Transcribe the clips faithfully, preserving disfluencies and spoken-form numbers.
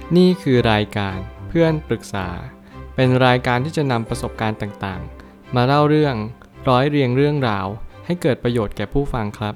นี่คือรายการเพื่อนปรึกษาเป็นรายการที่จะนำประสบการณ์ต่างๆมาเล่าเรื่องร้อยเรียงเรื่องราวให้เกิดประโยชน์แก่ผู้ฟังครับ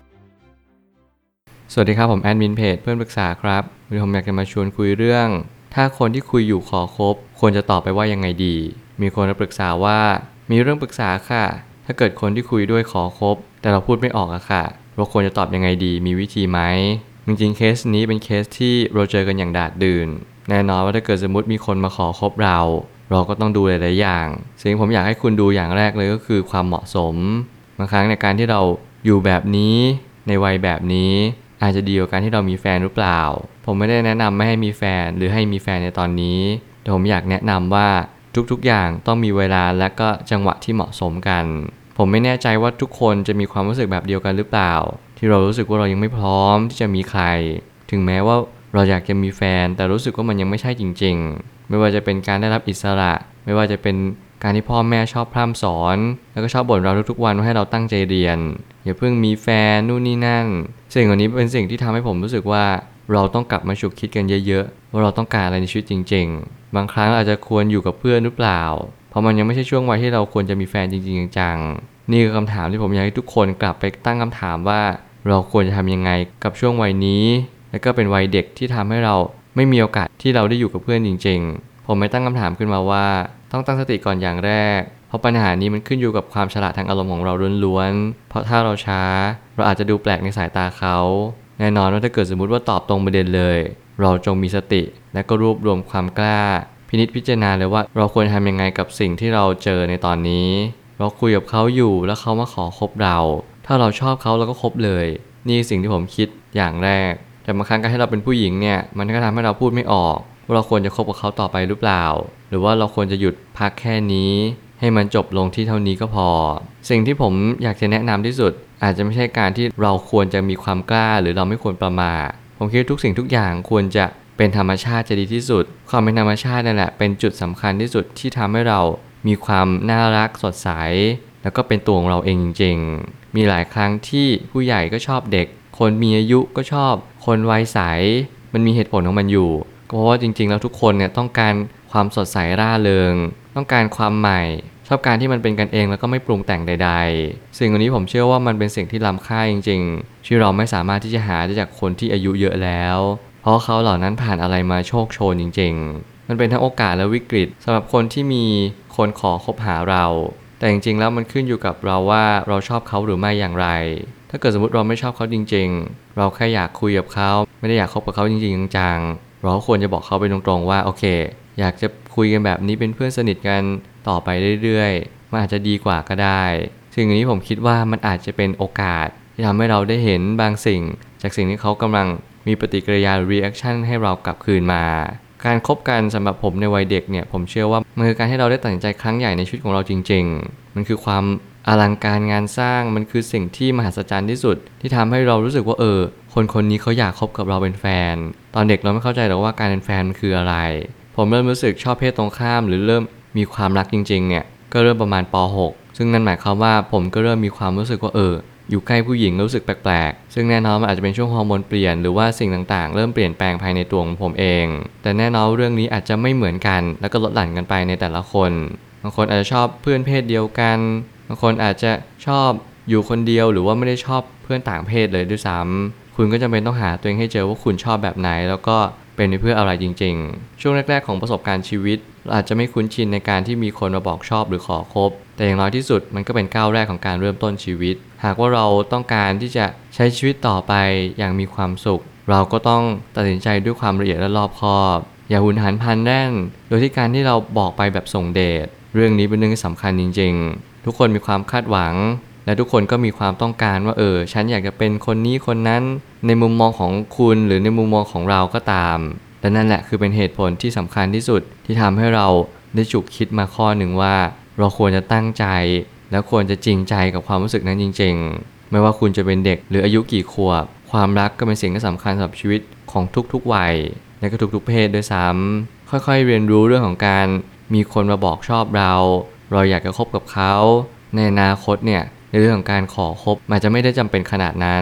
สวัสดีครับผมแอดมินเพจเพื่อนปรึกษาครับวันนี้ผมอยากจะมาชวนคุยเรื่องถ้าคนที่คุยอยู่ขอคบควรจะตอบไปว่ายังไงดีมีคนมาปรึกษาว่ามีเรื่องปรึกษาค่ะถ้าเกิดคนที่คุยด้วยขอคบแต่เราพูดไม่ออกอะค่ะเราควรจะตอบยังไงดีมีวิธีไหมจริงๆเคสนี้เป็นเคสที่เราเจอกันอย่างดาดดื่นแน่นอนว่าถ้าเกิดสมมติมีคนมาขอคบเราเราก็ต้องดูหลายๆอย่างสิ่งที่ผมอยากให้คุณดูอย่างแรกเลยก็คือความเหมาะสมบางครั้งในการที่เราอยู่แบบนี้ในวัยแบบนี้อาจจะดีกว่าการที่เรามีแฟนหรือเปล่าผมไม่ได้แนะนำไม่ให้มีแฟนหรือให้มีแฟนในตอนนี้แต่ผมอยากแนะนำว่าทุกๆอย่างต้องมีเวลาและก็จังหวะที่เหมาะสมกันผมไม่แน่ใจว่าทุกคนจะมีความรู้สึกแบบเดียวกันหรือเปล่าที่เรารู้สึกว่าเรายังไม่พร้อมที่จะมีใครถึงแม้ว่าเราอยากจะมีแฟนแต่รู้สึกว่ามันยังไม่ใช่จริงๆไม่ว่าจะเป็นการได้รับอิสระไม่ว่าจะเป็นการที่พ่อแม่ชอบพร่ำสอนแล้วก็ชอบบ่นเราทุกๆวันว่าให้เราตั้งใจเรียนอย่าเพิ่งมีแฟนนู่นนี่นั่นสิ่งเหล่านี้เป็นสิ่งที่ทำให้ผมรู้สึกว่าเราต้องกลับมาฉุกคิดกันเยอะๆว่าเราต้องการอะไรในชีวิตจริงๆบางครั้งอาจจะควรอยู่กับเพื่อนหรือเปล่าเพราะมันยังไม่ใช่ช่วงวัยที่เราควรจะมีแฟนจริงๆจังๆนี่คือคำถามที่ผมอยากให้ทุกคนกลับไปตั้งคำถามว่าเราควรจะทำยังไงกับช่วงวัยนี้และก็เป็นวัยเด็กที่ทำให้เราไม่มีโอกาสที่เราได้อยู่กับเพื่อนจริงๆผมไม่ตั้งคำถามขึ้นมาว่าต้องตั้งสติก่อนอย่างแรกเพราะปัญหานี้มันขึ้นอยู่กับความฉลาดทางอารมณ์ของเราล้วนๆเพราะถ้าเราช้าเราอาจจะดูแปลกในสายตาเขาแน่นอนว่าถ้าเกิดสมมุติว่าตอบตรงประเด็นเลยเราจงมีสติและก็รวบรวมความกล้าพินิจพิจารณาเลยว่าเราควรทำยังไงกับสิ่งที่เราเจอในตอนนี้เราคุยกับเขาอยู่แล้วเขามาขอคบเราถ้าเราชอบเขาเราก็คบเลยนี่สิ่งที่ผมคิดอย่างแรกแต่บางครั้งการให้เราเป็นผู้หญิงเนี่ยมันก็ทำให้เราพูดไม่ออกว่าเราควรจะคบกับเขาต่อไปหรือเปล่าหรือว่าเราควรจะหยุดพักแค่นี้ให้มันจบลงที่เท่านี้ก็พอสิ่งที่ผมอยากจะแนะนำที่สุดอาจจะไม่ใช่การที่เราควรจะมีความกล้าหรือเราไม่ควรประมาทผมคิดทุกสิ่งทุกอย่างควรจะเป็นธรรมชาติจะดีที่สุดความเป็นธรรมชาตินั่นแหละเป็นจุดสำคัญที่สุดที่ทำให้เรามีความน่ารักสดใสแล้วก็เป็นตัวของเราเองจริงๆมีหลายครั้งที่ผู้ใหญ่ก็ชอบเด็กคนมีอายุก็ชอบคนวัยใสมันมีเหตุผลของมันอยู่เพราะว่าจริงๆแล้วทุกคนเนี่ยต้องการความสดใสร่าเริงต้องการความใหม่ชอบการที่มันเป็นกันเองแล้วก็ไม่ปรุงแต่งใดๆสิ่งนี้ผมเชื่อว่ามันเป็นสิ่งที่ล้ำค่าจริงๆที่เราไม่สามารถที่จะหาได้จากคนที่อายุเยอะแล้วเพราะเขาเหล่านั้นผ่านอะไรมาโชคโชนจริงๆมันเป็นทั้งโอกาสและวิกฤตสำหรับคนที่มีคนขอคบหาเราแต่จริงๆแล้วมันขึ้นอยู่กับเราว่าเราชอบเขาหรือไม่อย่างไรถ้าเกิดสมมติเราไม่ชอบเขาจริงๆเราแค่อยากคุยกับเขาไม่ได้อยากคบกับเขาจริงๆจังๆเราควรจะบอกเขาไปตรงๆว่าโอเคอยากจะคุยกันแบบนี้เป็นเพื่อนสนิทกันต่อไปเรื่อยๆมันอาจจะดีกว่าก็ได้สิ่งนี้ผมคิดว่ามันอาจจะเป็นโอกาสที่ทำให้เราได้เห็นบางสิ่งจากสิ่งที่เขากำลังมีปฏิกิริยาหรือ reaction ให้เรากลับคืนมาการคบกันสำหรับผมในวัยเด็กเนี่ยผมเชื่อว่ามันคือการให้เราได้ตัดสินใจครั้งใหญ่ในชีวิตของเราจริงๆมันคือความอลังการงานสร้างมันคือสิ่งที่มหัศจรรย์ที่สุดที่ทำให้เรารู้สึกว่าเออคนคนนี้เขาอยากคบกับเราเป็นแฟนตอนเด็กเราไม่เข้าใจหรอกว่าการเป็นแฟนคืออะไรผมเริ่มรู้สึกชอบเพศตรงข้ามหรือเริ่มมีความรักจริงๆเนี่ยก็เริ่มประมาณป หก ซึ่งนั่นหมายความว่าผมก็เริ่มมีความรู้สึกว่าเอออยู่ใกล้ผู้หญิงรู้สึกแปลกๆซึ่งแน่นอนมันอาจจะเป็นช่วงฮอร์โมนเปลี่ยนหรือว่าสิ่งต่างๆเริ่มเปลี่ยนแปลงภายในตัวของผมเองแต่แน่นอนเรื่องนี้อาจจะไม่เหมือนกันแล้วก็ลดหลั่นกันไปในแต่ละคนบางคนอาจจะชอบเพื่อนเพศเดียวกันบางคนอาจจะชอบอยู่คนเดียวหรือว่าไม่ได้ชอบเพื่อนต่างเพศเลยด้วยซ้ำคุณก็จำเป็นต้องหาตัวเองให้เจอว่าคุณชอบแบบไหนแล้วก็เป็นไปเพื่ออะไรจริงๆช่วงแรกๆของประสบการณ์ชีวิตเราอาจจะไม่คุ้นชินในการที่มีคนมาบอกชอบหรือขอคบแต่อย่างน้อยที่สุดมันก็เป็นก้าวแรกของการเริ่มต้นชีวิตหากว่าเราต้องการที่จะใช้ชีวิตต่อไปอย่างมีความสุขเราก็ต้องตัดสินใจด้วยความละเอียดและรอบคอบอย่าหุนหันพลันแล่นโดยที่การที่เราบอกไปแบบส่งเดชเรื่องนี้เป็นเรื่องที่สำคัญจริงๆทุกคนมีความคาดหวังและทุกคนก็มีความต้องการว่าเออฉันอยากจะเป็นคนนี้คนนั้นในมุมมองของคุณหรือในมุมมองของเราก็ตามและนั่นแหละคือเป็นเหตุผลที่สำคัญที่สุดที่ทำให้เราได้ฉุกคิดมาข้อหนึ่งว่าเราควรจะตั้งใจและควรจะจริงใจกับความรู้สึกนั้นจริงๆไม่ว่าคุณจะเป็นเด็กหรืออายุกี่ขวบความรักก็เป็นสิ่งที่สำคัญสำหรับชีวิตของทุกๆวัยและก็ทุกๆเพศด้วยซ้ำค่อยๆเรียนรู้เรื่องของการมีคนมาบอกชอบเราเราอยากจะคบกับเขาในอนาคตเนี่ยในเรื่องของการขอคบมันจะไม่ได้จำเป็นขนาดนั้น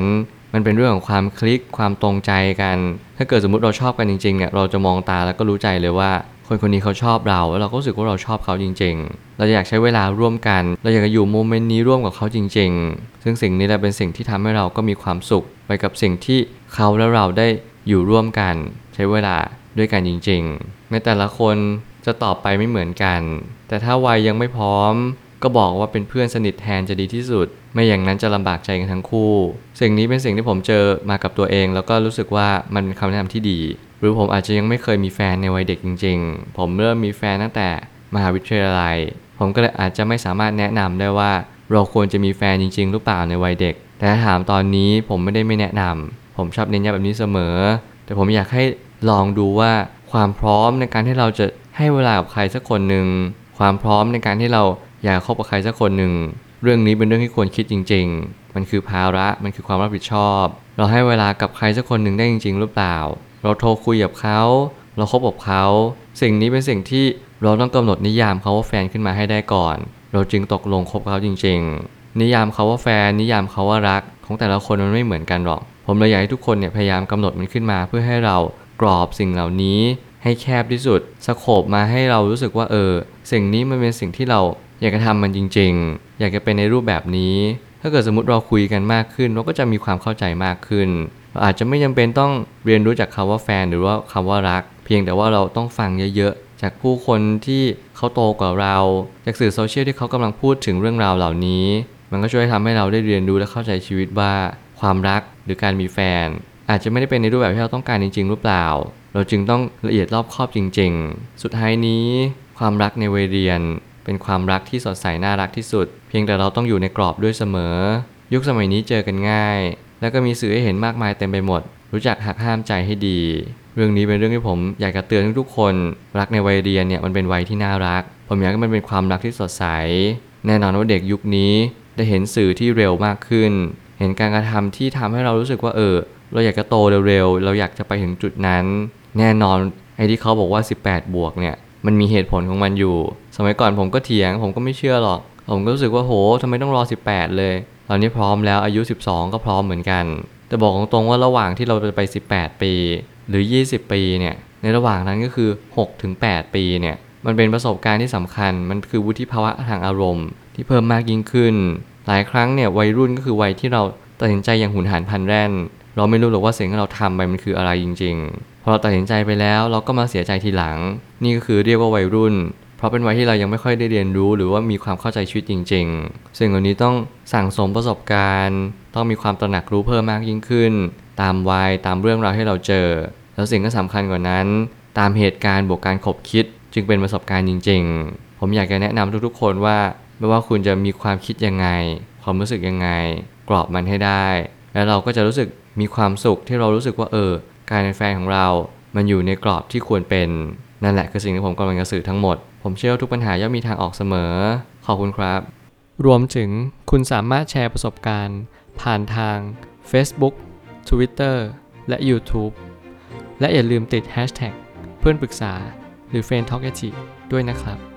มันเป็นเรื่องของความคลิกความตรงใจกันถ้าเกิดสมมุติเราชอบกันจริงๆเนี่ยเราจะมองตาแล้วก็รู้ใจเลยว่าคนคนนี้เขาชอบเราแล้วเราก็รู้สึกว่าเราชอบเขาจริงๆเราอยากใช้เวลาร่วมกันเราอยากจะอยู่โมเมนต์นี้ร่วมกับเขาจริงๆซึ่งสิ่งนี้แหละเป็นสิ่งที่ทำให้เราก็มีความสุขไปกับสิ่งที่เขาและเราได้อยู่ร่วมกันใช้เวลาด้วยกันจริงๆในแต่ละคนจะตอบไปไม่เหมือนกันแต่ถ้าวัยยังไม่พร้อมก็บอกว่าเป็นเพื่อนสนิทแทนจะดีที่สุดไม่อย่างนั้นจะลำบากใจกันทั้งคู่สิ่งนี้เป็นสิ่งที่ผมเจอมากับตัวเองแล้วก็รู้สึกว่ามันเป็นคำแนะนำที่ดีหรือผมอาจจะยังไม่เคยมีแฟนในวัยเด็กจริงๆผมเริ่มมีแฟนตั้งแต่มหาวิทยาลัยผมก็เลยอาจจะไม่สามารถแนะนำได้ว่าเราควรจะมีแฟนจริงๆหรือเปล่าในวัยเด็กแต่ถ้าถามตอนนี้ผมไม่ได้ไม่แนะนำผมชอบเน้นย้ำแบบนี้เสมอแต่ผมอยากให้ลองดูว่าความพร้อมในการที่เราจะให้เวลากับใครสักคนหนึ่งความพร้อมในการที่เราอยากคบกับใครสักคนหนึ่งเรื่องนี้เป็นเรื่องที่ควรคิดจริงๆมันคือภาระมันคือความรับผิดชอบเราให้เวลากับใครสักคนหนึ่งได้จริงๆหรือเปล่าเราโทรคุยกับเขาเราคบกับเขาสิ่งนี้เป็นสิ่งที่เราต้องกำหนดนิยามเขาว่าแฟนขึ้นมาให้ได้ก่อนเราจึงตกลงคบเขาจริงๆนิยามเขาว่าแฟนนิยามเขาว่ารักของแต่ละคนมันไม่เหมือนกันหรอกผมเลยอยากให้ทุกคนเนี่ยพยายามกำหนดมันขึ้นมาเพื่อให้เรากรอบสิ่งเหล่านี้ให้แคบที่สุดสโคปมาให้เรารู้สึกว่าเออสิ่งนี้มันเป็นสิ่งที่เราอยากจะทำมันจริงๆอยากจะเป็นในรูปแบบนี้ถ้าเกิดสมมติเราคุยกันมากขึ้นเราก็จะมีความเข้าใจมากขึ้นเราอาจจะไม่จำเป็นต้องเรียนรู้จากคำว่าแฟนหรือว่าคำว่ารักเพียงแต่ว่าเราต้องฟังเยอะๆจากผู้คนที่เขาโตกว่าเราจากสื่อโซเชียลที่เขากำลังพูดถึงเรื่องราวเหล่านี้มันก็ช่วยทำให้เราได้เรียนรู้และเข้าใจชีวิตว่าความรักหรือการมีแฟนอาจจะไม่ได้เป็นในรูปแบบที่เราต้องการจริงๆหรือเปล่าเราจึงต้องละเอียดรอบคอบจริงๆสุดท้ายนี้ความรักในวัยเรียนเป็นความรักที่สดใสน่ารักที่สุดเพียงแต่เราต้องอยู่ในกรอบด้วยเสมอยุคสมัยนี้เจอกันง่ายแล้วก็มีสื่อให้เห็นมากมายเต็มไปหมดรู้จักหักห้ามใจให้ดีเรื่องนี้เป็นเรื่องที่ผมอยากจะเตือนทุกๆคนรักในวัยเรียนเนี่ยมันเป็นวัยที่น่ารักผมอยากให้มันเป็นความรักที่สดใสแน่นอนว่าเด็กยุคนี้ได้เห็นสื่อที่เร็วมากขึ้นเห็นการกระทำที่ทำให้เรารู้สึกว่าเออเราอยากจะโตเร็วๆเราอยากจะไปถึงจุดนั้นแน่นอนไอ้ที่เขาบอกว่าสิบแปดบวกเนี่ยมันมีเหตุผลของมันอยู่สมัยก่อนผมก็เถียงผมก็ไม่เชื่อหรอกผมก็รู้สึกว่าโหทำไมต้องรอสิบแปดเลยตอนนี้พร้อมแล้วอายุสิบสองก็พร้อมเหมือนกันแต่บอกตรงๆว่าระหว่างที่เราจะไปสิบแปดปีหรือยี่สิบปีเนี่ยในระหว่างนั้นก็คือ หกถึงแปด ปีเนี่ยมันเป็นประสบการณ์ที่สำคัญมันคือวุฒิภาวะทางอารมณ์ที่เพิ่มมากยิ่งขึ้นหลายครั้งเนี่ยวัยรุ่นก็คือวัยที่เราตัดสินใจอย่างหุนหันพลันแล่นเราไม่รู้หรอกว่าสิ่งที่เราทำไปมันคืออะไรจริงๆพอเราตัดสินใจไปแล้วเราก็มาเสียใจทีหลังนี่ก็คือเรียกว่าวัยรุ่นเพราะเป็นวัยที่เรายังไม่ค่อยได้เรียนรู้หรือว่ามีความเข้าใจชีวิตจริงๆสิ่งเหล่านี้ต้องสั่งสมประสบการณ์ต้องมีความตระหนักรู้เพิ่มมากยิ่งขึ้นตามวัยตามเรื่องราวที่เราเจอแล้วสิ่งที่สำคัญกว่านั้นตามเหตุการณ์บวกการขบคิดจึงเป็นประสบการณ์จริงๆผมอยากจะแนะนำทุกๆคนว่าไม่ว่าคุณจะมีความคิดยังไงความรู้สึกยังไงกรอบมันให้ได้แล้วเราก็จะรู้สึกมีความสุขที่เรารู้สึกว่าเออการเป็นแฟนของเรามันอยู่ในกรอบที่ควรเป็นนั่นแหละคือสิ่งที่ผมกำลังจะสื่อทั้งหมดผมเชื่อว่าทุกปัญหาย่อมมีทางออกเสมอขอบคุณครับรวมถึงคุณสามารถแชร์ประสบการณ์ผ่านทาง Facebook Twitter และ YouTube และอย่าลืมติด แฮชแท็ก เพื่อนปรึกษาหรือ เฟรนด์ ทอล์ก ด้วยนะครับ